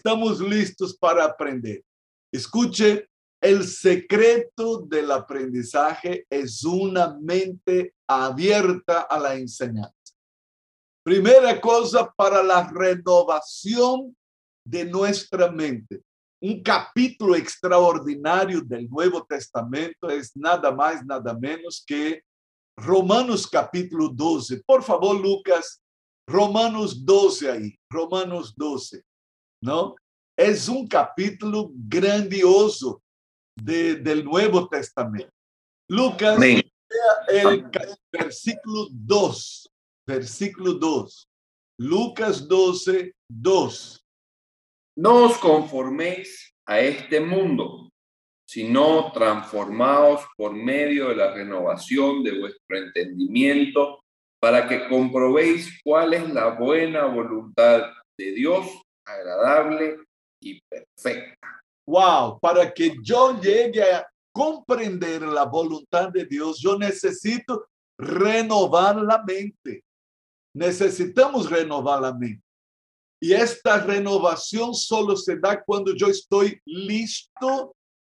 estamos listos para aprender. Escuche, el secreto del aprendizaje es una mente abierta a la enseñanza. Primera cosa, para la renovación de nuestra mente. Un capítulo extraordinario del Nuevo Testamento es nada más, nada menos que Romanos capítulo 12. Por favor, Lucas, Romanos 12 ahí, Romanos 12, ¿no? Es un capítulo grandioso del Nuevo Testamento. Lucas, Amén. el versículo 2, versículo 2. Lucas 12, 2. No os conforméis a este mundo, sino transformaos por medio de la renovación de vuestro entendimiento, para que comprobéis cuál es la buena voluntad de Dios, agradable y perfecta. Wow, para que yo llegue a comprender la voluntad de Dios, yo necesito renovar la mente. Necesitamos renovar la mente. Y esta renovación solo se da cuando yo estoy listo,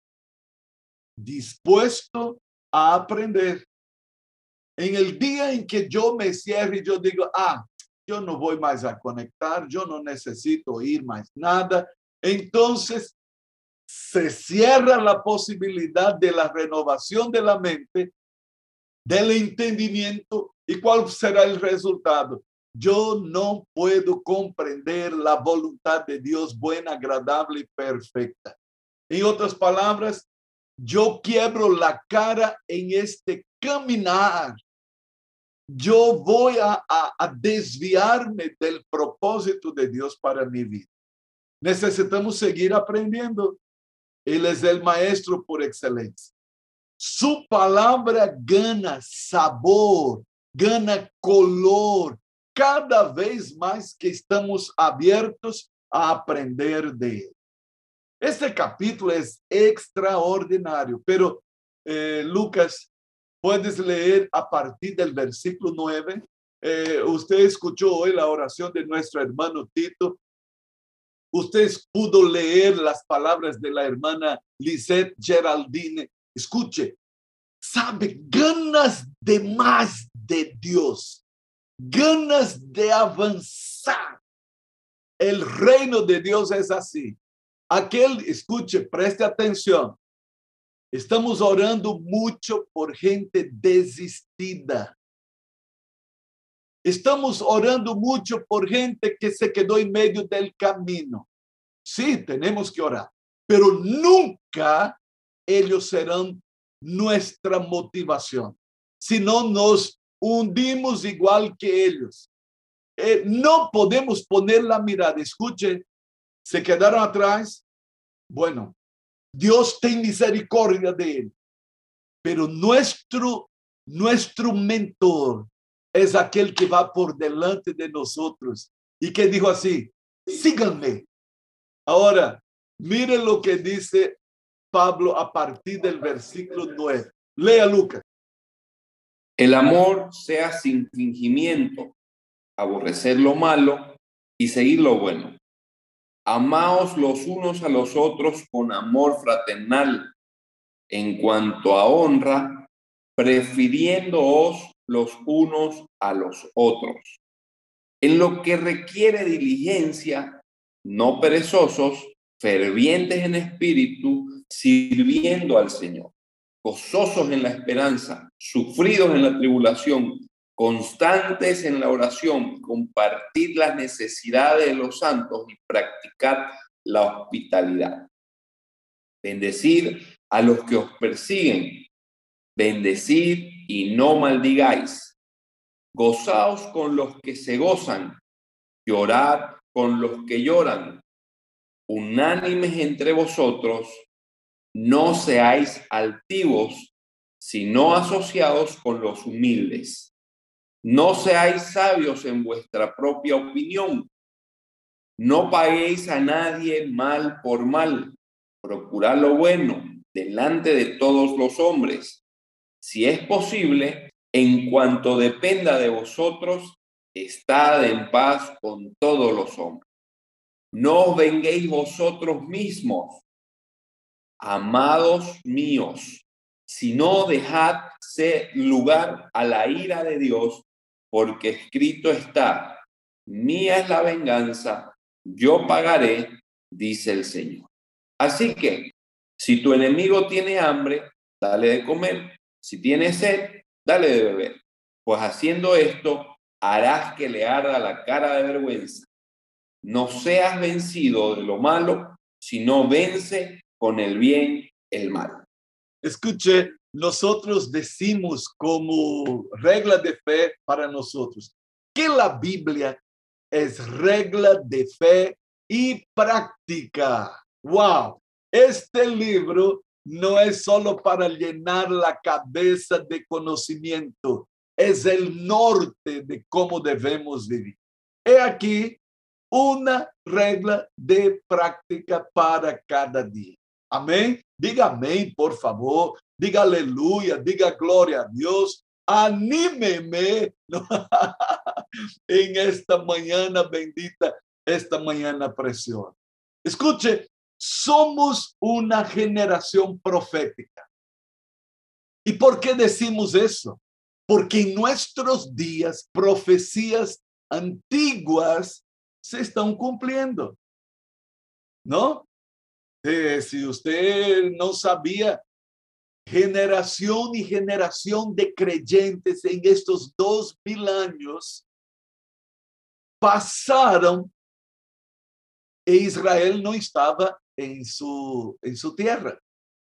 dispuesto a aprender. En el día en que yo me cierre y yo digo, yo no voy más a conectar, yo no necesito oír más nada, entonces se cierra la posibilidad de la renovación de la mente, del entendimiento. ¿Y cuál será el resultado? Yo no puedo comprender la voluntad de Dios buena, agradable y perfecta. En otras palabras, yo quiebro la cara en este caminar. Yo voy a desviarme del propósito de Dios para mi vida. Necesitamos seguir aprendiendo. Él es el maestro por excelencia. Su palabra gana sabor, gana color, cada vez más que estamos abiertos a aprender de él. Este capítulo es extraordinario, pero Lucas, puedes leer a partir del versículo 9. Usted escuchó hoy la oración de nuestro hermano Tito. Usted pudo leer las palabras de la hermana Lisette Geraldine. Escuche, sabe, ganas de más de Dios, ganas de avanzar. El reino de Dios es así. Escuche, preste atención. Estamos orando mucho por gente desistida. Estamos orando mucho por gente que se quedó en medio del camino. Sí, tenemos que orar, pero nunca ellos serán nuestra motivación. Si no nos hundimos igual que ellos. No podemos poner la mirada. Escuche, se quedaron atrás. Bueno, Dios tiene misericordia de él. Pero nuestro mentor es aquel que va por delante de nosotros y que dijo así, síganme. Ahora, mire lo que dice Pablo a partir del versículo 9. Lea, Lucas. El amor sea sin fingimiento, aborrecer lo malo y seguir lo bueno. Amaos los unos a los otros con amor fraternal, en cuanto a honra, prefiriéndoos los unos a los otros. En lo que requiere diligencia, no perezosos, fervientes en espíritu, sirviendo al Señor, gozosos en la esperanza, sufridos en la tribulación, constantes en la oración, compartir las necesidades de los santos y practicar la hospitalidad. Bendecid a los que os persiguen, bendecid y no maldigáis. Gozaos con los que se gozan, llorad con los que lloran. Unánimes entre vosotros, no seáis altivos, sino asociados con los humildes. No seáis sabios en vuestra propia opinión. No paguéis a nadie mal por mal. Procurad lo bueno delante de todos los hombres. Si es posible, en cuanto dependa de vosotros, estad en paz con todos los hombres. no os venguéis vosotros mismos, amados míos, sino dejadse lugar a la ira de Dios, porque escrito está, mía es la venganza, yo pagaré, dice el Señor. Así que, si tu enemigo tiene hambre, dale de comer. Si tiene sed, dale de beber. Pues haciendo esto, harás que le arda la cara de vergüenza. No seas vencido de lo malo, sino vence con el bien el mal. Escuche, nosotros decimos como regla de fe para nosotros que la Biblia es regla de fe y práctica. ¡Wow! Este libro no es solo para llenar la cabeza de conocimiento, es el norte de cómo debemos vivir. He aquí una regla de práctica para cada día. Amém? Diga amém, por favor. Diga aleluia, diga glória a Deus. Anímeme en esta mañana bendita, esta mañana preciosa. Escuche, somos una generación profética. ¿Y por qué decimos eso? Porque en nuestros días profecías antiguas se están cumpliendo, ¿no? Si usted no sabía, generación y generación de creyentes en estos 2000 años pasaron e Israel no estaba en su tierra.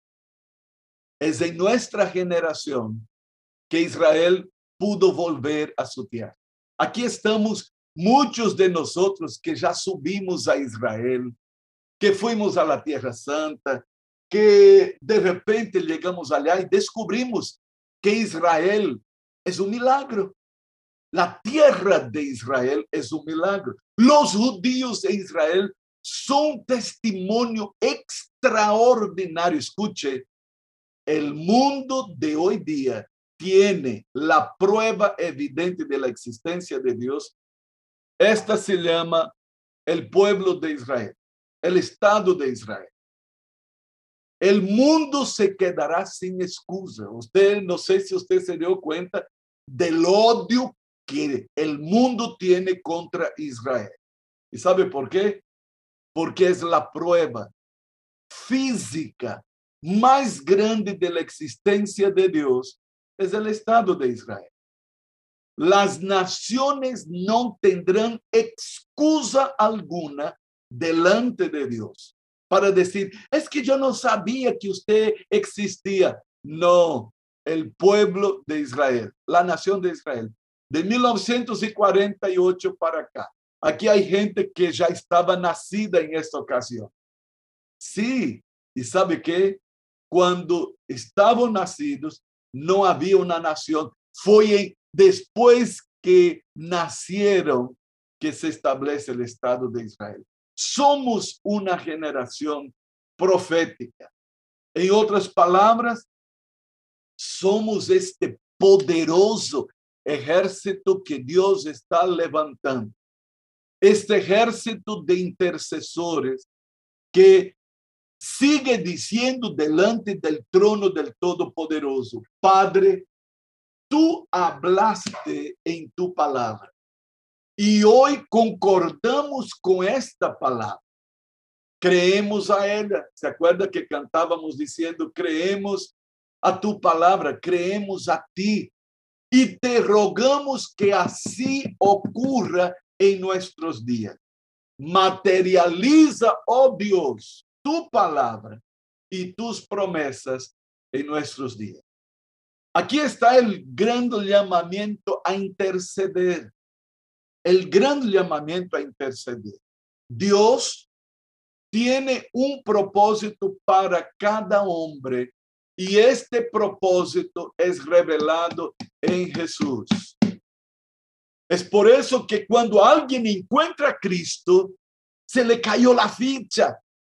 Es en nuestra generación que Israel pudo volver a su tierra. Aquí estamos muchos de nosotros que ya subimos a Israel, que fuimos a la Tierra Santa, que de repente llegamos allá y descubrimos que Israel es un milagro. La tierra de Israel es un milagro. Los judíos de Israel son testimonio extraordinario. Escuche, el mundo de hoy día tiene la prueba evidente de la existencia de Dios. Esta se llama el pueblo de Israel, el Estado de Israel. El mundo se quedará sin excusa. Usted, no sé si usted se dio cuenta del odio que el mundo tiene contra Israel. ¿Y sabe por qué? Porque es la prueba física más grande de la existencia de Dios, es el Estado de Israel. Las naciones no tendrán excusa alguna delante de Dios para decir, es que yo no sabía que usted existía. No, el pueblo de Israel, la nación de Israel, de 1948 para acá. Aquí hay gente que ya estaba nacida en esta ocasión. Sí, y ¿sabe qué? Cuando estaban nacidos, no había una nación. Fue después que nacieron que se establece el Estado de Israel. Somos una generación profética. En otras palabras, somos este poderoso ejército que Dios está levantando. Este ejército de intercesores que sigue diciendo delante del trono del Todopoderoso, Padre, tú hablaste en tu palabra y hoy concordamos con esta palabra. Creemos a ella. ¿Se acuerda que cantábamos diciendo, creemos a tu palabra, creemos a ti y te rogamos que así ocurra en nuestros días? Materializa, oh Dios, tu palabra y tus promesas en nuestros días. Aquí está el gran llamamiento a interceder. El gran llamamiento a interceder. Dios tiene un propósito para cada hombre y este propósito es revelado en Jesús. Es por eso que cuando alguien encuentra a Cristo, se le cayó la ficha.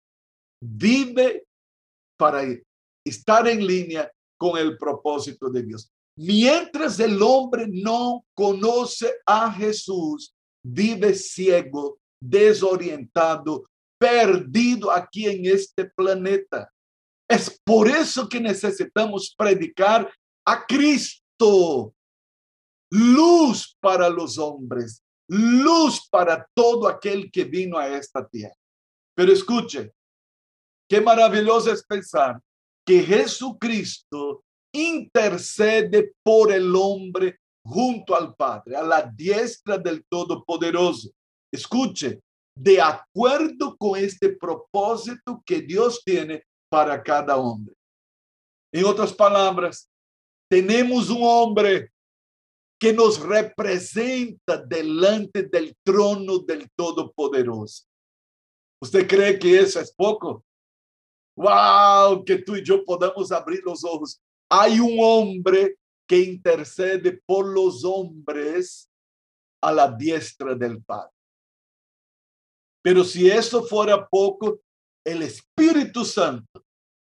Vive para estar en línea con el propósito de Dios. Mientras el hombre no conoce a Jesús, vive ciego desorientado, perdido aquí en este planeta. Es por eso que necesitamos predicar a Cristo, luz para los hombres, luz para todo aquel que vino a esta tierra. Pero escuche, qué maravilloso es pensar que Jesucristo intercede por el hombre junto al Padre, a la diestra del Todopoderoso. Escuche, de acuerdo con este propósito que Dios tiene para cada hombre. En otras palabras, tenemos un hombre que nos representa delante del trono del Todopoderoso. ¿Usted cree que eso es poco? ¡Wow! Que tú y yo podamos abrir los ojos. Hay un hombre que intercede por los hombres a la diestra del Padre. Pero si eso fuera poco, el Espíritu Santo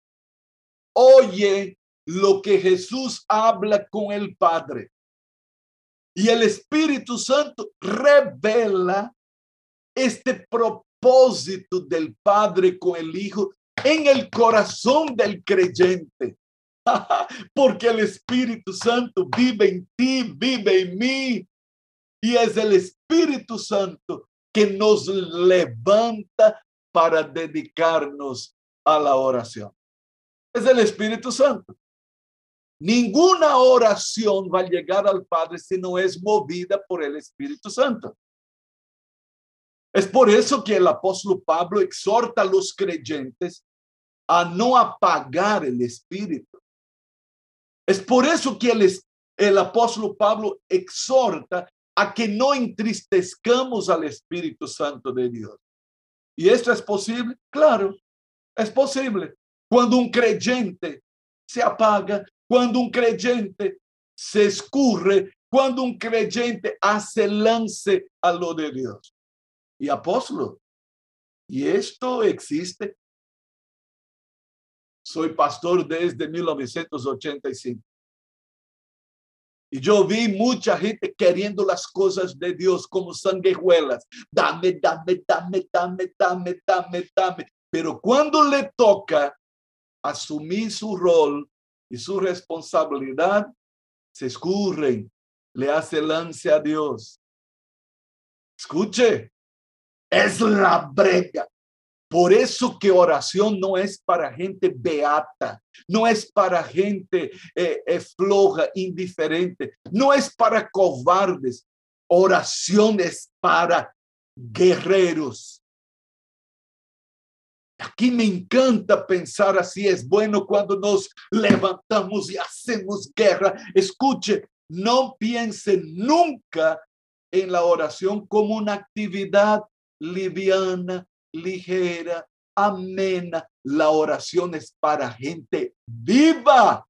oye lo que Jesús habla con el Padre. Y el Espíritu Santo revela este propósito del Padre con el Hijo en el corazón del creyente. Porque el Espíritu Santo vive en ti, vive en mí. Y es el Espíritu Santo que nos levanta para dedicarnos a la oración. Es el Espíritu Santo. Ninguna oración va a llegar al Padre si no es movida por el Espíritu Santo. Es por eso que el apóstol Pablo exhorta a los creyentes a no apagar el Espíritu. Es por eso que el apóstol Pablo exhorta a que no entristezcamos al Espíritu Santo de Dios. ¿Y esto es posible? Claro, es posible. Cuando un creyente se apaga, cuando un creyente se escurre, cuando un creyente hace lance a lo de Dios. Y apóstol, ¿y esto existe? Soy pastor desde 1985. Y yo vi mucha gente queriendo las cosas de Dios como sanguijuelas. Dame, dame, dame, dame, dame, dame, dame. Pero cuando le toca asumir su rol y su responsabilidad, se escurren, le hace lance a Dios. Escuche, es la brega. Por eso que oración no es para gente beata, no es para gente floja, indiferente, no es para cobardes. Oración es para guerreros. Aquí me encanta pensar así. Es bueno cuando nos levantamos y hacemos guerra. Escuche, no piense nunca en la oración como una actividad liviana, ligera, amena. La oración es para gente viva.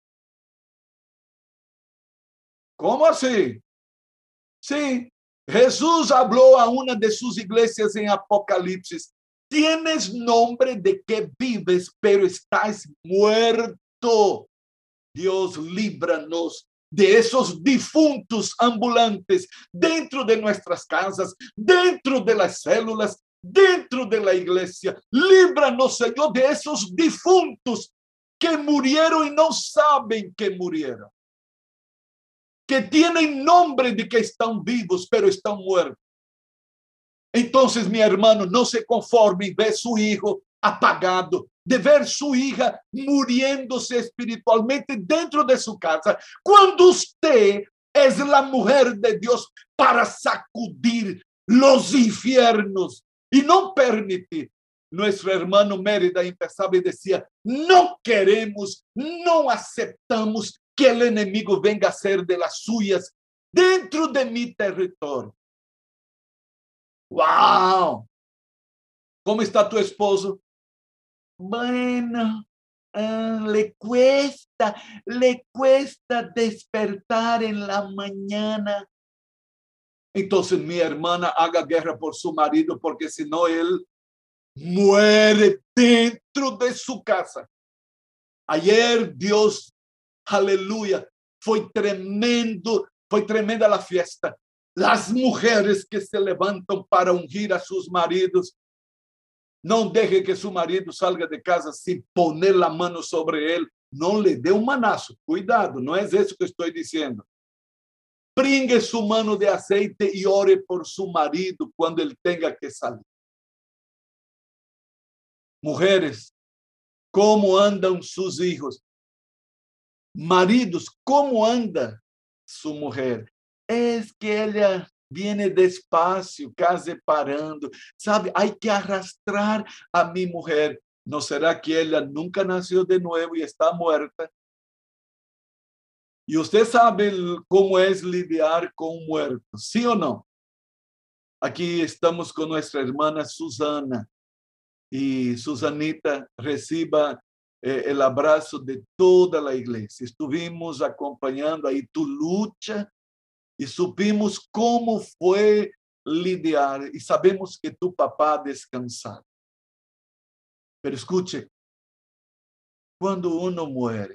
¿Cómo así? Sí, Jesús habló a una de sus iglesias en Apocalipsis. Tienes nombre de que vives, pero estás muerto. Dios, líbranos de esos difuntos ambulantes dentro de nuestras casas, dentro de las células, dentro de la iglesia. Líbranos, Señor, de esos difuntos que murieron y no saben que murieron, que tienen nombre de que están vivos, pero están muertos. Entonces, mi hermano, no se conforme y ve su hijo apagado, de ver su hija muriéndose espiritualmente dentro de su casa, cuando usted es la mujer de Dios para sacudir los infiernos y no permitir. Nuestro hermano Mérida empezaba y decía, no queremos, no aceptamos que el enemigo venga a hacer de las suyas dentro de mi territorio. ¡Wow! ¿Cómo está tu esposo? Bueno, le cuesta despertar en la mañana. Entonces mi hermana haga guerra por su marido, porque si no él muere dentro de su casa. Ayer Dios, aleluya, fue tremenda la fiesta. Las mujeres que se levantan para ungir a sus maridos, no deje que su marido salga de casa sin poner la mano sobre él. No le dé un manazo. Cuidado, no es eso que estoy diciendo. Pringue su mano de aceite y ore por su marido cuando él tenga que salir. Mujeres, ¿cómo andan sus hijos? Maridos, ¿cómo anda su mujer? Es que ella viene despacio, casi parando. Sabe, hay que arrastrar a mi mujer. ¿No será que ella nunca nació de nuevo y está muerta? Y usted sabe cómo es lidiar con muertos, ¿sí o no? Aquí estamos con nuestra hermana Susana. Y Susanita reciba el abrazo de toda la iglesia. Estuvimos acompañando ahí tu lucha y supimos cómo fue lidiar y sabemos que tu papá ha descansado. Pero escuche, cuando uno muere,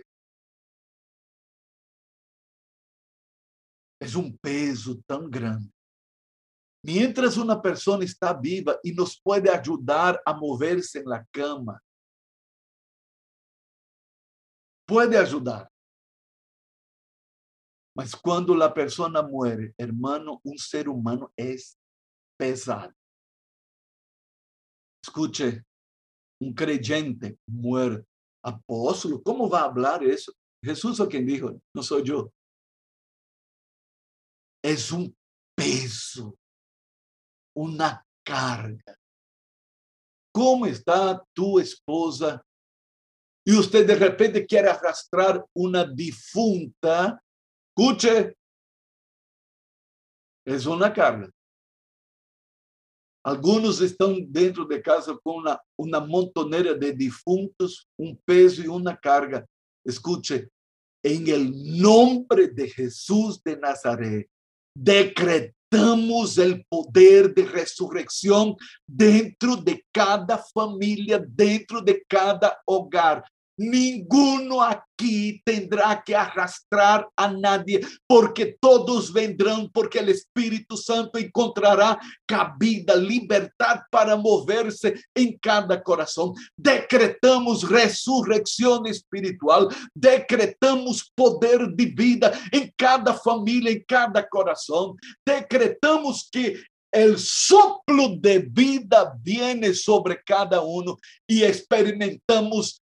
es un peso tan grande. Mientras una persona está viva y nos puede ayudar a moverse en la cama, puede ayudar. Mas quando a pessoa muere, hermano, um ser humano é pesado. Escute, um creyente muerto, apóstolo, como vai falar isso? Jesus é quem dijo, não sou eu. É um peso, uma carga. Como está tu esposa? E você de repente quer arrastrar uma difunta. Escute, é uma carga. Alguns estão dentro de casa com uma montoneira de defuntos, um peso e uma carga. Escute, em el nombre de Jesús de Nazaret, decretamos el poder de resurrección dentro de cada familia, dentro de cada hogar. Ninguno aquí tendrá que arrastrar a nadie, porque todos vendrán, porque el Espíritu Santo encontrará cabida, libertad para moverse en cada corazón. Decretamos resurrección espiritual, decretamos poder de vida en cada familia, en cada corazón. Decretamos que el soplo de vida viene sobre cada uno y experimentaremos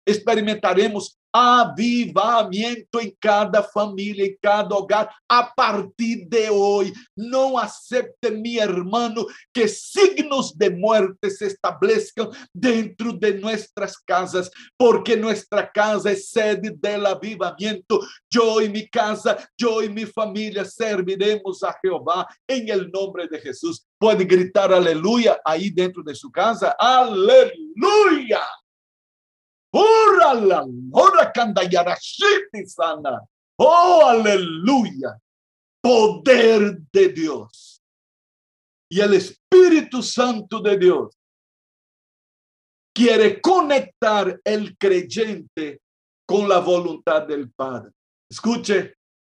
avivamiento en cada familia, en cada hogar. A partir de hoy, no acepte, mi hermano, que signos de muerte se establezcan dentro de nuestras casas, porque nuestra casa es sede del avivamiento. Yo y mi casa, yo y mi familia serviremos a Jehová en el nombre de Jesús. Puede gritar aleluya ahí dentro de su casa. Aleluya. Oh, aleluya. Poder de Dios. Y el Espíritu Santo de Dios quiere conectar el creyente con la voluntad del Padre. Escuche,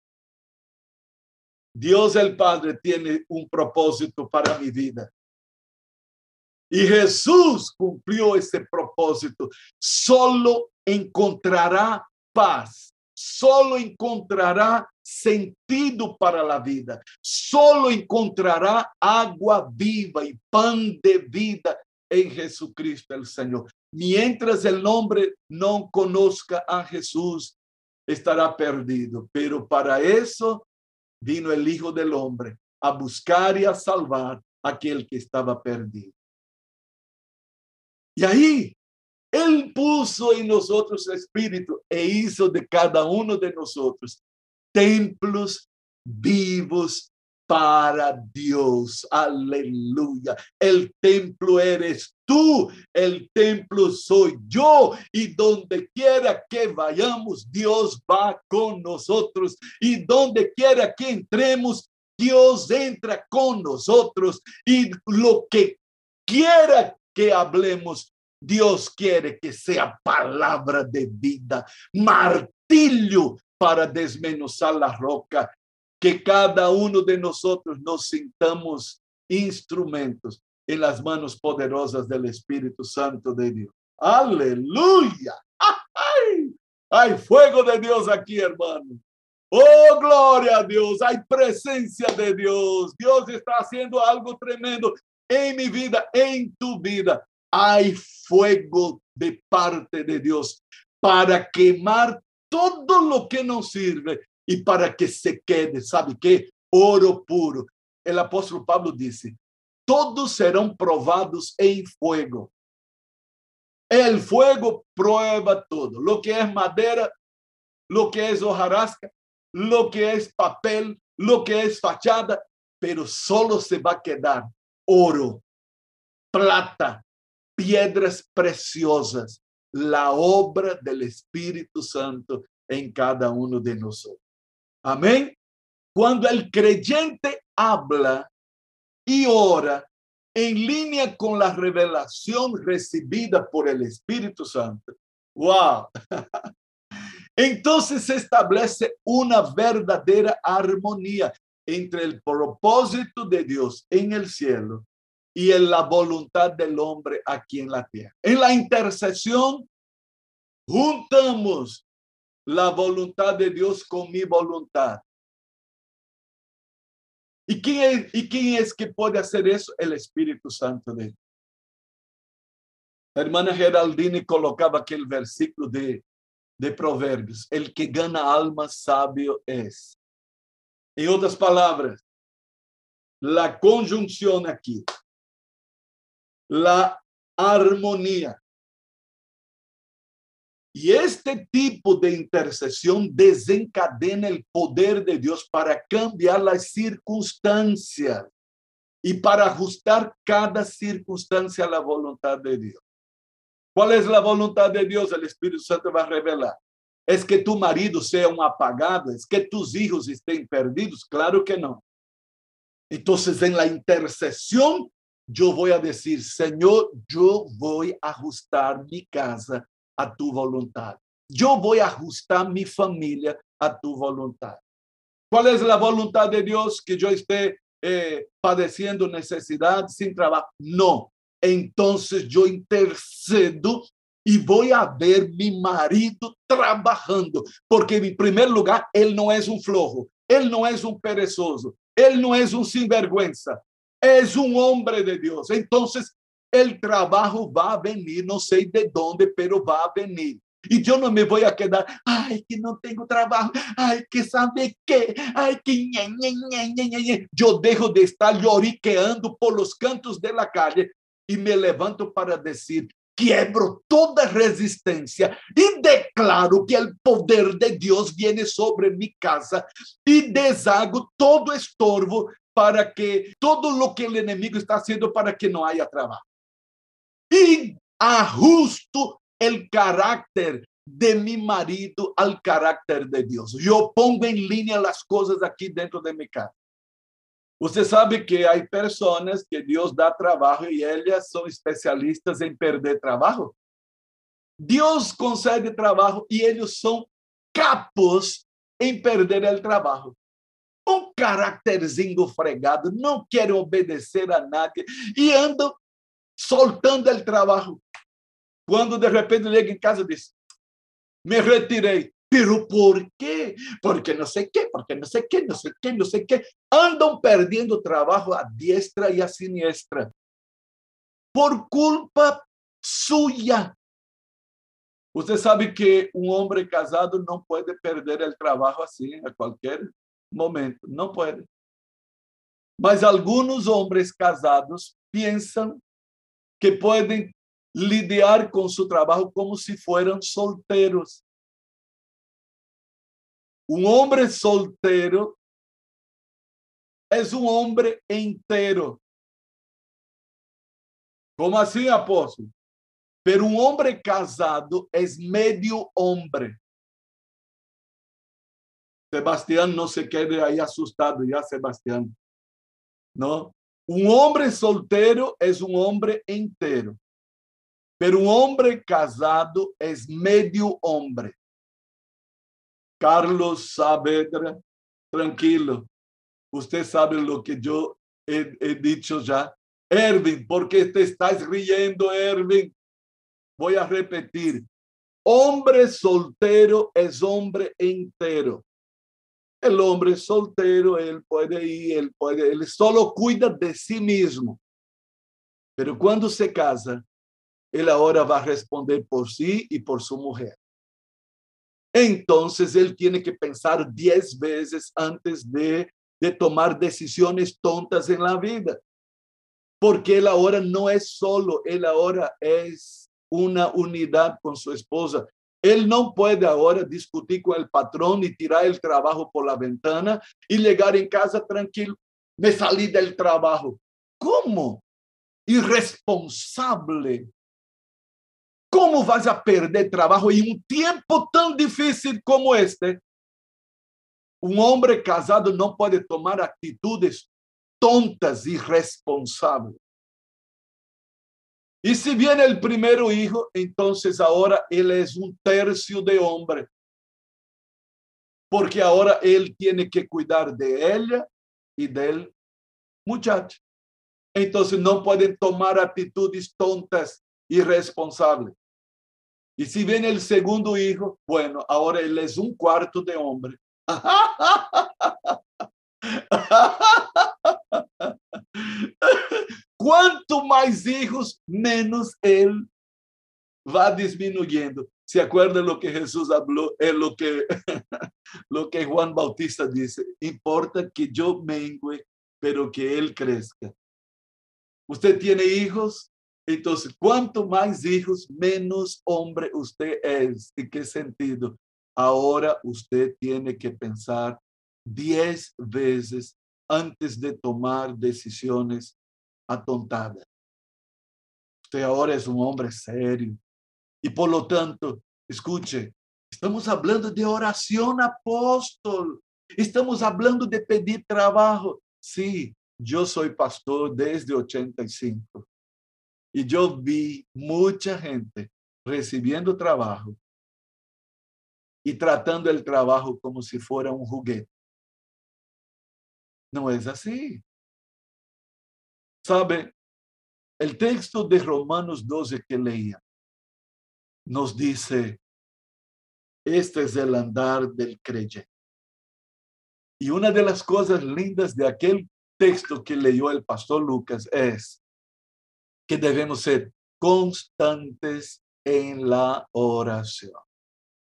Dios el Padre tiene un propósito para mi vida. Y Jesús cumplió ese propósito. Solo encontrará paz, solo encontrará sentido para la vida, solo encontrará agua viva y pan de vida en Jesucristo el Señor. Mientras el hombre no conozca a Jesús, estará perdido. Pero para eso vino el Hijo del Hombre, a buscar y a salvar a aquel que estaba perdido. Y ahí, Él puso en nosotros el Espíritu e hizo de cada uno de nosotros templos vivos para Dios. Aleluya. El templo eres tú, el templo soy yo, y donde quiera que vayamos, Dios va con nosotros, y donde quiera que entremos, Dios entra con nosotros, y lo que quiera que hablemos, Dios quiere que sea palabra de vida, martillo para desmenuzar la roca, que cada uno de nosotros nos sintamos instrumentos en las manos poderosas del Espíritu Santo de Dios. Aleluya. ¡Ay! Hay fuego de Dios aquí, hermano. Oh, gloria a Dios. Hay presencia de Dios. Dios está haciendo algo tremendo en mi vida, en tu vida. Hay fuego de parte de Dios para quemar todo lo que nos sirve y para que se quede, ¿sabe qué? Oro puro. El apóstol Pablo dice, todos serán probados en fuego. El fuego prueba todo, lo que es madera, lo que es hojarasca, lo que es papel, lo que es fachada, pero solo se va a quedar oro, plata, piedras preciosas, la obra del Espíritu Santo en cada uno de nosotros. Amén. Cuando el creyente habla y ora en línea con la revelación recibida por el Espíritu Santo, wow, entonces se establece una verdadera armonía entre el propósito de Dios en el cielo y en la voluntad del hombre aquí en la tierra. En la intercesión, juntamos la voluntad de Dios con mi voluntad. ¿Y quién es que puede hacer eso? El Espíritu Santo de Dios. La hermana Geraldine colocaba aquel versículo de Provérbios. El que gana alma sabio es. En otras palabras, la conjunción aquí, la armonía. Y este tipo de intercesión desencadena el poder de Dios para cambiar las circunstancias y para ajustar cada circunstancia a la voluntad de Dios. ¿Cuál es la voluntad de Dios? El Espíritu Santo va a revelar. ¿Es que tu marido sea un apagado? ¿Es que tus hijos estén perdidos? Claro que no. Entonces, en la intercesión, yo voy a decir, Señor, yo voy a ajustar mi casa a tu voluntad. Yo voy a ajustar mi familia a tu voluntad. ¿Cuál es la voluntad de Dios? Que yo esté padeciendo necesidad, sin trabajo. No. Entonces yo intercedo y voy a ver mi marido trabajando, porque en primer lugar, él no es un flojo, él no es un perezoso, él no es un sinvergüenza, es un hombre de Dios. Entonces el trabajo va a venir, no sé de dónde, pero va a venir. Y yo no me voy a quedar, ay, que no tengo trabajo, ay, que sabe qué, ay, que ñe. Yo dejo de estar lloriqueando por los cantos de la calle y me levanto para decir, quiebro toda resistencia y declaro que el poder de Dios viene sobre mi casa y deshago todo estorbo para que todo lo que el enemigo está haciendo para que no haya trabajo. Y ajusto el carácter de mi marido al carácter de Dios. Yo pongo en línea las cosas aquí dentro de mi casa. Usted sabe que hay personas que Dios da trabajo y ellas son especialistas en perder trabajo. Dios concede trabajo y ellos son capos en perder el trabajo. Un carácterzinho fregado, não querem obedecer a nadie e andam soltando el trabajo. Quando de repente chega em casa e diz, me retirei. Pero ¿por quê? Porque não sei quê, porque não sei quê, não sei quê, não sei quê. Andam perdendo trabalho a diestra e a siniestra. Por culpa suya. Você sabe que um homem casado não pode perder o trabalho assim a qualquer momento. Não pode. Mas alguns homens casados pensam que podem lidiar com seu trabalho como se fueran solteros. Um homem solteiro é um homem inteiro. Como assim, apóstolo? Pero um homem casado é medio homem. Sebastián não se quede aí assustado já, Sebastián. Não? Um homem solteiro é um homem inteiro. Pero um homem casado é medio homem. Carlos Saavedra, tranquilo. Usted sabe lo que yo he dicho ya. Erwin, ¿por qué te estás riendo, Erwin? Voy a repetir. Hombre soltero es hombre entero. El hombre soltero, él puede ir, él solo cuida de sí mismo. Pero cuando se casa, él ahora va a responder por sí y por su mujer. Entonces, él tiene que pensar 10 veces antes de tomar decisiones tontas en la vida. Porque él ahora no es solo, él ahora es una unidad con su esposa. Él no puede ahora discutir con el patrón y tirar el trabajo por la ventana y llegar en casa tranquilo. Me salí del trabajo. ¿Cómo? Irresponsable. ¿Cómo vas a perder trabajo en un tiempo tan difícil como este? Un hombre casado no puede tomar actitudes tontas, irresponsables. Y si viene el primero hijo, entonces ahora él es un tercio de hombre. Porque ahora él tiene que cuidar de ella y del muchacho. Entonces no pueden tomar actitudes tontas, irresponsables. Y si viene el segundo hijo, bueno, ahora él es un cuarto de hombre. Quanto mais hijos, menos él va disminuyendo. ¿Se acuerda lo que Jesús habló? Es lo que Juan Bautista dice. Importa que yo mengue, pero que él crezca. Usted tiene hijos, entonces, cuanto más hijos, menos hombre usted es. ¿En qué sentido? Ahora usted tiene que pensar 10 veces antes de tomar decisiones atontadas. Usted ahora es un hombre serio. Y por lo tanto, escuche, estamos hablando de oración, apóstol. Estamos hablando de pedir trabajo. Sí, yo soy pastor desde 85. Y yo vi mucha gente recibiendo trabajo y tratando el trabajo como si fuera un juguete. No es así. ¿Sabe? El texto de Romanos 12 que leía nos dice, este es el andar del creyente. Y una de las cosas lindas de aquel texto que leyó el pastor Lucas es que debemos ser constantes en la oración.